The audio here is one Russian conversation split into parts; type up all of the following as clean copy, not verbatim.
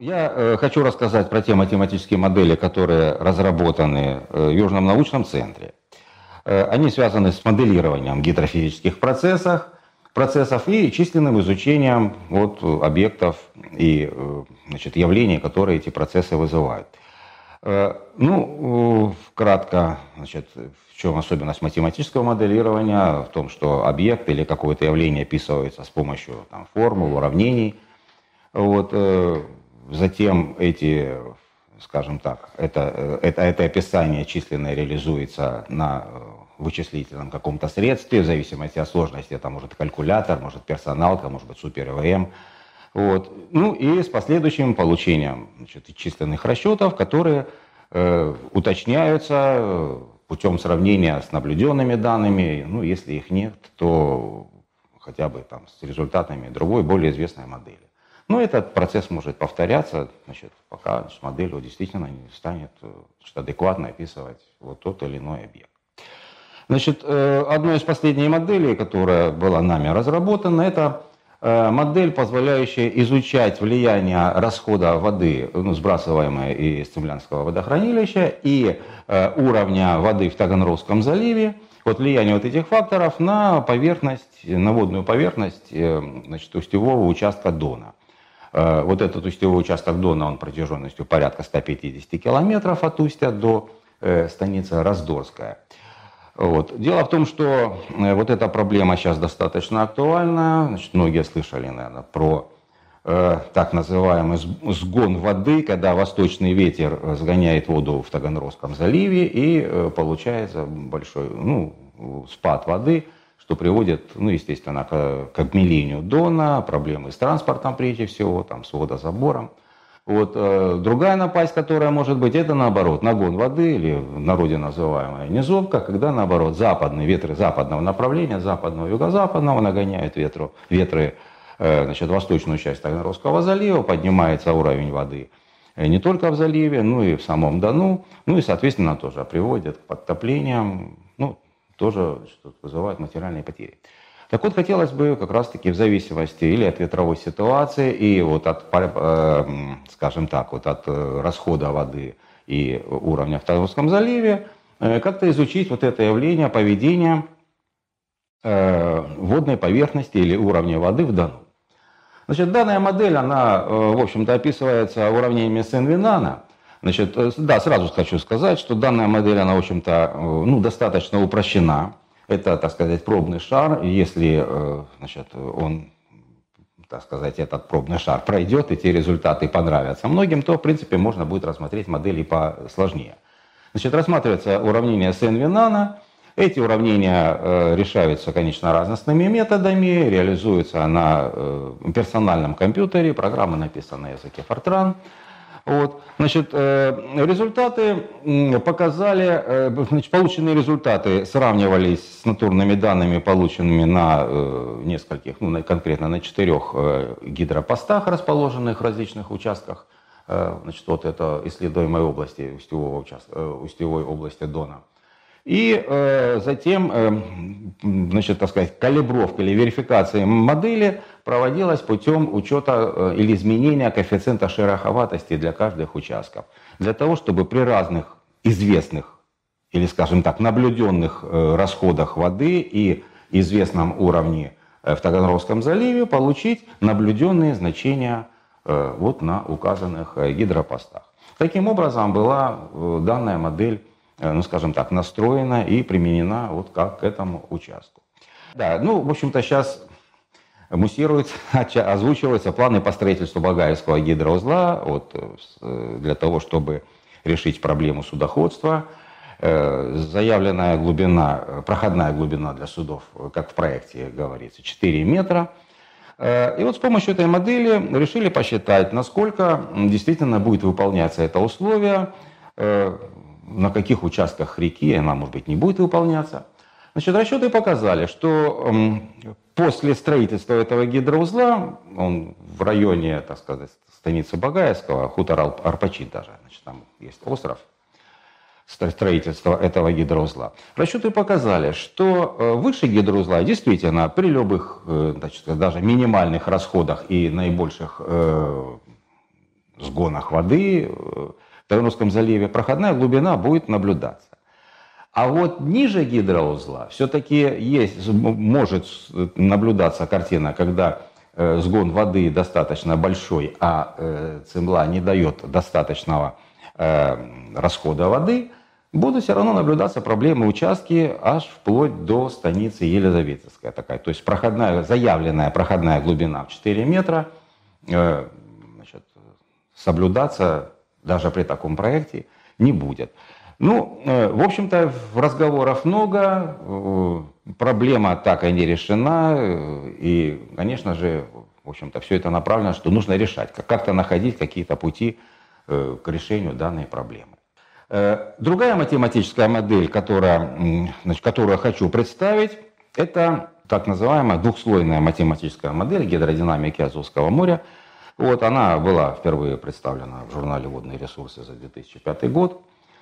Я хочу рассказать про те математические модели, которые разработаны в Южном научном центре. Они связаны с моделированием гидрофизических процессов и численным изучением объектов и явлений, которые эти процессы вызывают. Кратко, в чем особенность математического моделирования? В том, что объект или какое-то явление описывается с помощью формул, уравнений. Затем это описание численное реализуется на вычислительном каком-то средстве, в зависимости от сложности, это может калькулятор, может персоналка, может быть супер-ЭВМ. И с последующим получением численных расчетов, которые уточняются путем сравнения с наблюденными данными. Если их нет, то хотя бы с результатами другой, более известной модели. Этот процесс может повторяться, пока модель действительно не станет адекватно описывать тот или иной объект. Одной из последних моделей, которая была нами разработана, это модель, позволяющая изучать влияние расхода воды, сбрасываемой из Цимлянского водохранилища, и уровня воды в Таганрогском заливе, влияние этих факторов на поверхность, на водную поверхность устьевого участка Дона. Этот устьевой участок Дона, он протяженностью порядка 150 километров от устья до станицы Раздорская. Дело в том, что эта проблема сейчас достаточно актуальна. Многие слышали, наверное, про так называемый сгон воды, когда восточный ветер сгоняет воду в Таганрогском заливе и получается большой спад воды, что приводит, естественно, к обмелению Дона, проблемы с транспортом прежде всего, с водозабором. Другая напасть, которая может быть, это наоборот, нагон воды, или в народе называемая низовка, когда наоборот западные ветры западного направления, западного, юго-западного нагоняют ветры восточную часть Таганрогского залива, поднимается уровень воды не только в заливе, но и в самом Дону, и, соответственно, тоже приводит к подтоплениям, тоже вызывает материальные потери. Так хотелось бы как раз-таки в зависимости или от ветровой ситуации, и от расхода воды и уровня в Таганрогском заливе, как-то изучить это явление поведения водной поверхности или уровня воды в Дону. Данная модель, она, в общем-то, описывается уравнениями Сен-Винана. Сразу хочу сказать, что данная модель, она, в общем-то, достаточно упрощена. Это, так сказать, пробный шар. Если, этот пробный шар пройдет, и те результаты понравятся многим, то, в принципе, можно будет рассмотреть модели посложнее. Рассматривается уравнение Сен-Винана. Эти уравнения решаются, конечно, разностными методами, реализуются на персональном компьютере, программа написана на языке Fortran. Результаты показали, полученные результаты сравнивались с натурными данными, полученными на нескольких, конкретно на 4 гидропостах, расположенных в различных участках это исследуемой области, устьевой области Дона. И затем, калибровка или верификация модели проводилась путем учета или изменения коэффициента шероховатости для каждых участков. Для того, чтобы при разных известных или, наблюденных расходах воды и известном уровне в Таганрогском заливе получить наблюденные значения на указанных гидропостах. Таким образом была данная модель настроена и применена к этому участку. В общем-то, сейчас муссируются, озвучиваются планы по строительству Багаевского гидроузла для того, чтобы решить проблему судоходства. Заявленная глубина, проходная глубина для судов, как в проекте говорится, 4 метра. И с помощью этой модели решили посчитать, насколько действительно будет выполняться это условие, на каких участках реки она, может быть, не будет выполняться. Расчеты показали, что после строительства этого гидроузла, он в районе, станицы Багаевского, хутор Арпачин даже, там есть остров, строительства этого гидроузла. Расчеты показали, что выше гидроузла действительно при любых, даже минимальных расходах и наибольших сгонах воды в Таганрогском заливе, проходная глубина будет наблюдаться. А вот ниже гидроузла все-таки может наблюдаться картина, когда сгон воды достаточно большой, а цимла не дает достаточного расхода воды, будут все равно наблюдаться проблемы участки аж вплоть до станицы Елизаветская такая. То есть заявленная проходная глубина в 4 метра значит, соблюдаться даже при таком проекте не будет. Ну, в общем-то, разговоров много, проблема так и не решена, и, конечно же, в общем-то, все это направлено, что нужно решать, как-то находить какие-то пути к решению данной проблемы. Другая математическая модель, которую я хочу представить, это так называемая двухслойная математическая модель гидродинамики Азовского моря. Вот, она была впервые представлена в журнале «Водные ресурсы» за 2005 год.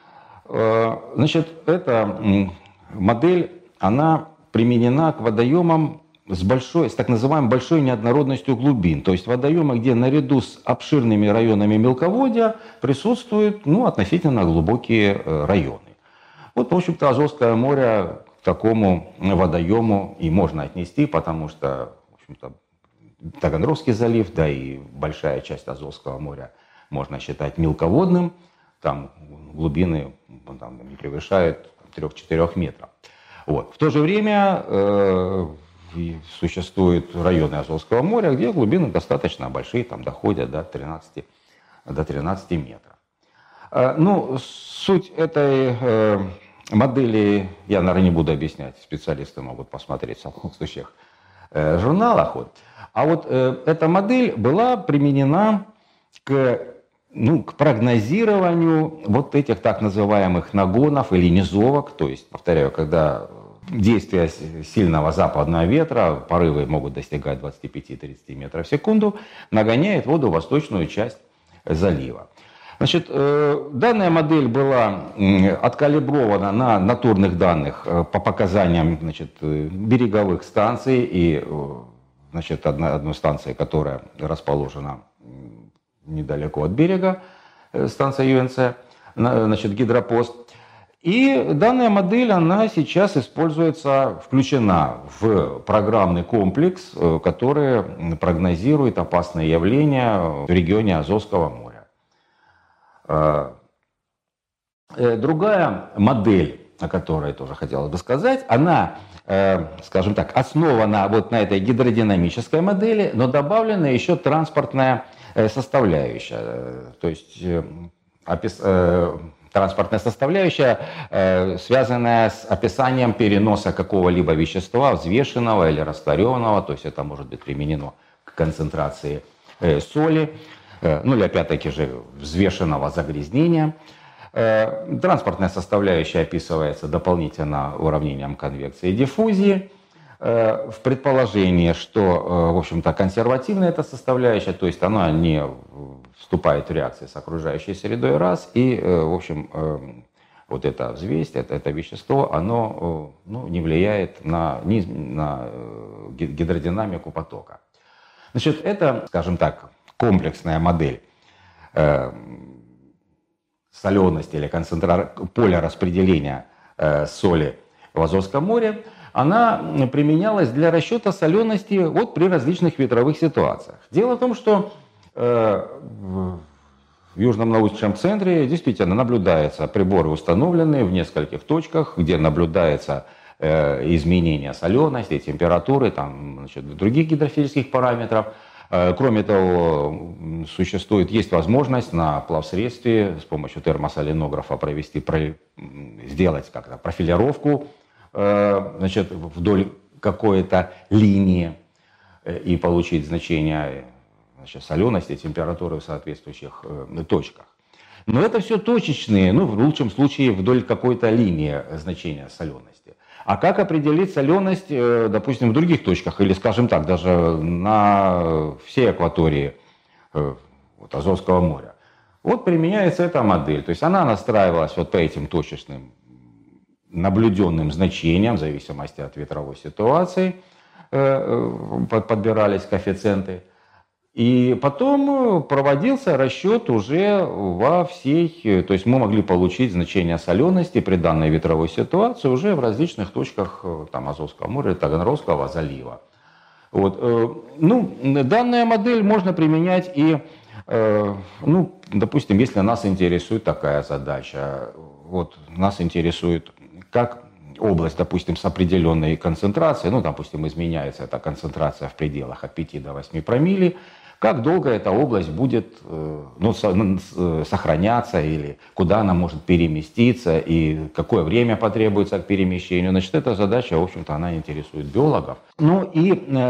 Значит, эта модель, она применена к водоемам с так называемой большой неоднородностью глубин. То есть водоемы, где наряду с обширными районами мелководья присутствуют относительно глубокие районы. Вот, в общем-то, Азовское море к такому водоему и можно отнести, потому что, в общем-то, Таганрогский залив, да и большая часть Азовского моря можно считать мелководным. Там глубины не превышают 3-4 метров. Вот. В то же время существуют районы Азовского моря, где глубины достаточно большие, там доходят до 13 метров. Ну, суть этой модели я, наверное, не буду объяснять, специалисты могут посмотреть в соответствующих журналах. Вот. А вот эта модель была применена к прогнозированию вот этих так называемых нагонов или низовок, то есть, повторяю, когда действие сильного западного ветра, порывы могут достигать 25-30 метров в секунду, нагоняет воду в восточную часть залива. Значит, данная модель была откалибрована на натурных данных по показаниям береговых станций и одной станции, которая расположена недалеко от берега, станция ЮНЦ, гидропост. И данная модель, она сейчас включена в программный комплекс, который прогнозирует опасные явления в регионе Азовского моря. Другая модель, о которой тоже хотелось бы сказать, она, скажем так, основана вот на этой гидродинамической модели, но добавлена еще транспортная составляющая. То есть транспортная составляющая, связанная с описанием переноса какого-либо вещества, взвешенного или растворенного, то есть это может быть применено к концентрации соли, или опять-таки же взвешенного загрязнения. Транспортная составляющая описывается дополнительно уравнением конвекции и диффузии, в предположении, что, в общем-то, консервативная эта составляющая, то есть она не вступает в реакции с окружающей средой раз, и, в общем, вот эта взвесь, это вещество, оно не влияет на гидродинамику потока. Значит, это, скажем так, комплексная модель солености или поля распределения соли в Азовском море. Она применялась для расчета солености при различных ветровых ситуациях. Дело в том, что в Южном научном центре действительно наблюдаются приборы, установленные в нескольких точках, где наблюдается изменение солености, температуры, других гидрофизических параметров. Кроме того, есть возможность на плавсредстве с помощью термосоленографа сделать как-то профилировку вдоль какой-то линии и получить значение солености, температуры в соответствующих точках. Но это все точечные, в лучшем случае вдоль какой-то линии значения солености. А как определить соленость, допустим, в других точках, или, скажем так, даже на всей акватории Азовского моря? Вот применяется эта модель. То есть она настраивалась по этим точечным наблюденным значениям, в зависимости от ветровой ситуации, подбирались коэффициенты. И потом проводился расчет уже во всей, то есть мы могли получить значение солености при данной ветровой ситуации уже в различных точках там, Азовского моря, Таганрогского залива. Вот. Ну, данная модель можно применять и, ну, допустим, если нас интересует такая задача, вот нас интересует, как область, допустим, с определенной концентрацией, ну, допустим, изменяется эта концентрация в пределах от 5 до 8 промилле, как долго эта область будет сохраняться или куда она может переместиться и какое время потребуется к перемещению. Значит, эта задача, в общем-то, она интересует биологов. Ну и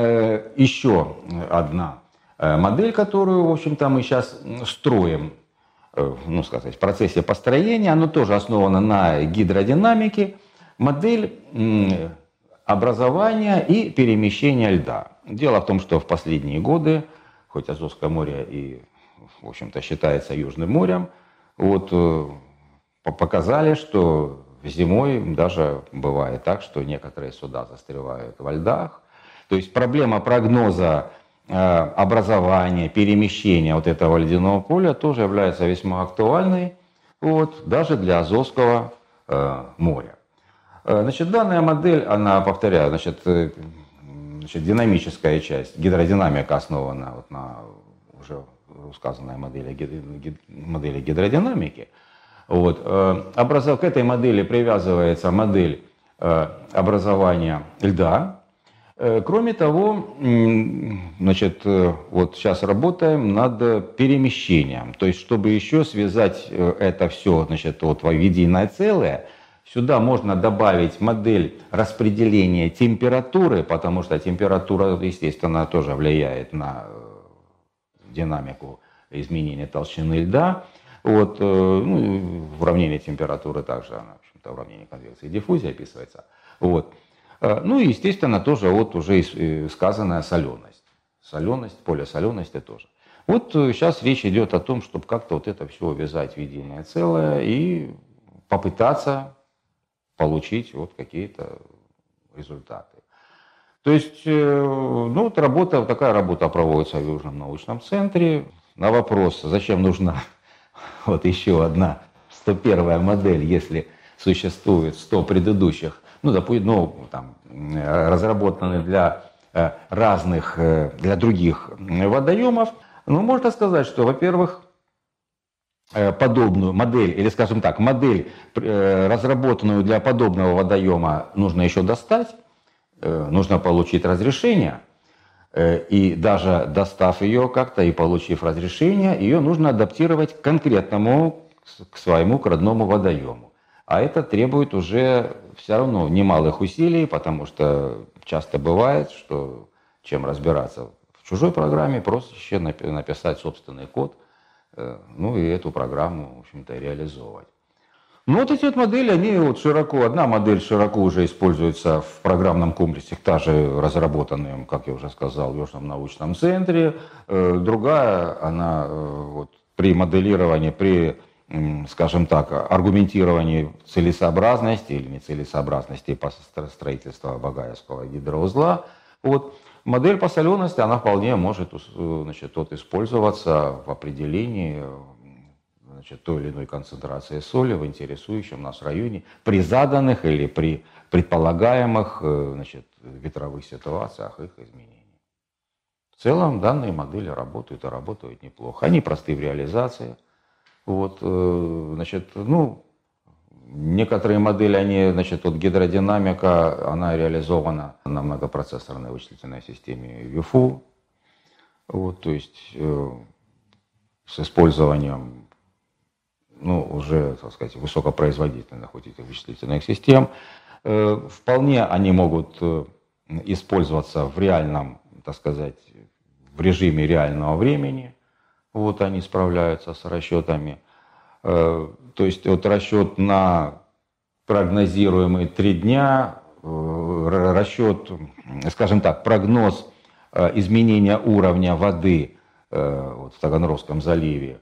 еще одна модель, которую, в общем-то, мы сейчас строим, ну, сказать, в процессе построения, она тоже основана на гидродинамике, модель образования и перемещения льда. Дело в том, что в последние годы, хоть Азовское море и, в общем-то, считается Южным морем, вот, показали, что зимой даже бывает так, что некоторые суда застревают во льдах. То есть проблема прогноза образования, перемещения вот этого ледяного поля тоже является весьма актуальной, вот, даже для Азовского моря. Значит, данная модель, она, повторяю, значит, динамическая часть, гидродинамика основана вот на уже сказанной модели гидродинамики. Вот. К этой модели привязывается модель образования льда. Кроме того, значит, вот сейчас работаем над перемещением. То есть, чтобы еще связать это все, значит, вот в единое целое, сюда можно добавить модель распределения температуры, потому что температура, естественно, тоже влияет на динамику изменения толщины льда. Вот, ну, уравнение температуры также, в общем-то, уравнение конвекции и диффузии описывается. Вот. Ну и, естественно, тоже вот уже сказанная соленость. Соленость, поле солености тоже. Вот сейчас речь идет о том, чтобы как-то вот это все увязать в единое целое и попытаться получить вот какие-то результаты. То есть, ну, вот такая работа проводится в Южном научном центре. На вопрос, зачем нужна вот еще одна 101-я модель, если существует 100 предыдущих, ну, допустим, ну, там, разработаны для разных, для других водоемов, ну, можно сказать, что, во-первых, подобную модель, или, скажем так, модель, разработанную для подобного водоема, нужно еще достать, нужно получить разрешение, и даже достав ее как-то и получив разрешение, ее нужно адаптировать к конкретному, к своему, к родному водоему. А это требует уже все равно немалых усилий, потому что часто бывает, что чем разбираться в чужой программе, проще написать собственный код, ну и эту программу, в общем-то, реализовывать. Ну вот эти вот модели, они вот широко, одна модель широко уже используется в программном комплексе, также разработанным, как я уже сказал, в Южном научном центре. Другая, она вот, при моделировании, при, скажем так, аргументировании целесообразности или нецелесообразности по строительству Багаевского гидроузла, вот, модель по солености, она вполне может, значит, вот, использоваться в определении, значит, той или иной концентрации соли в интересующем нас районе при заданных или при предполагаемых, значит, ветровых ситуациях их изменений. В целом данные модели работают и работают неплохо. Они просты в реализации. Вот, значит, ну, некоторые модели, они, значит, вот гидродинамика, она реализована на многопроцессорной вычислительной системе ЮФУ. Вот, то есть с использованием, ну, уже, так сказать, высокопроизводительных вот этих вычислительных систем. Вполне они могут использоваться в реальном, так сказать, в режиме реального времени. Вот они справляются с расчетами. То есть вот расчет на прогнозируемые 3 дня, расчет, скажем так, прогноз изменения уровня воды вот в Таганрогском заливе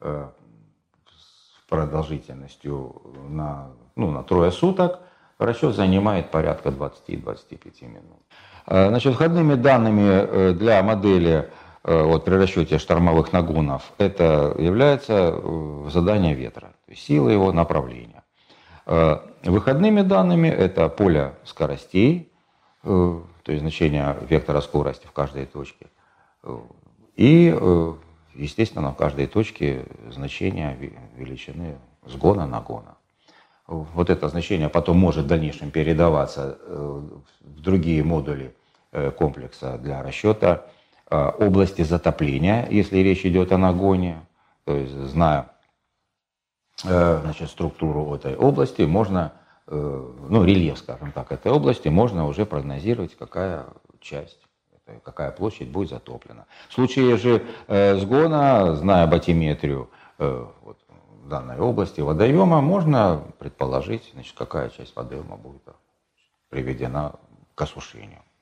продолжительностью на 3 суток, расчет занимает порядка 20-25 минут. Значит, входными данными для модели вот при расчете штормовых нагонов, это является задание ветра, то есть сила его направления. Выходными данными это поле скоростей, то есть значение вектора скорости в каждой точке. И, естественно, в каждой точке значение величины сгона нагона. Вот это значение потом может в дальнейшем передаваться в другие модули комплекса для расчета области затопления, если речь идет о нагоне. То есть, зная значит, структуру этой области, можно, ну, рельеф, скажем так, этой области, можно уже прогнозировать, какая часть, какая площадь будет затоплена. В случае же сгона, зная батиметрию вот, в данной области водоема, можно предположить, значит, какая часть водоема будет приведена к осушению.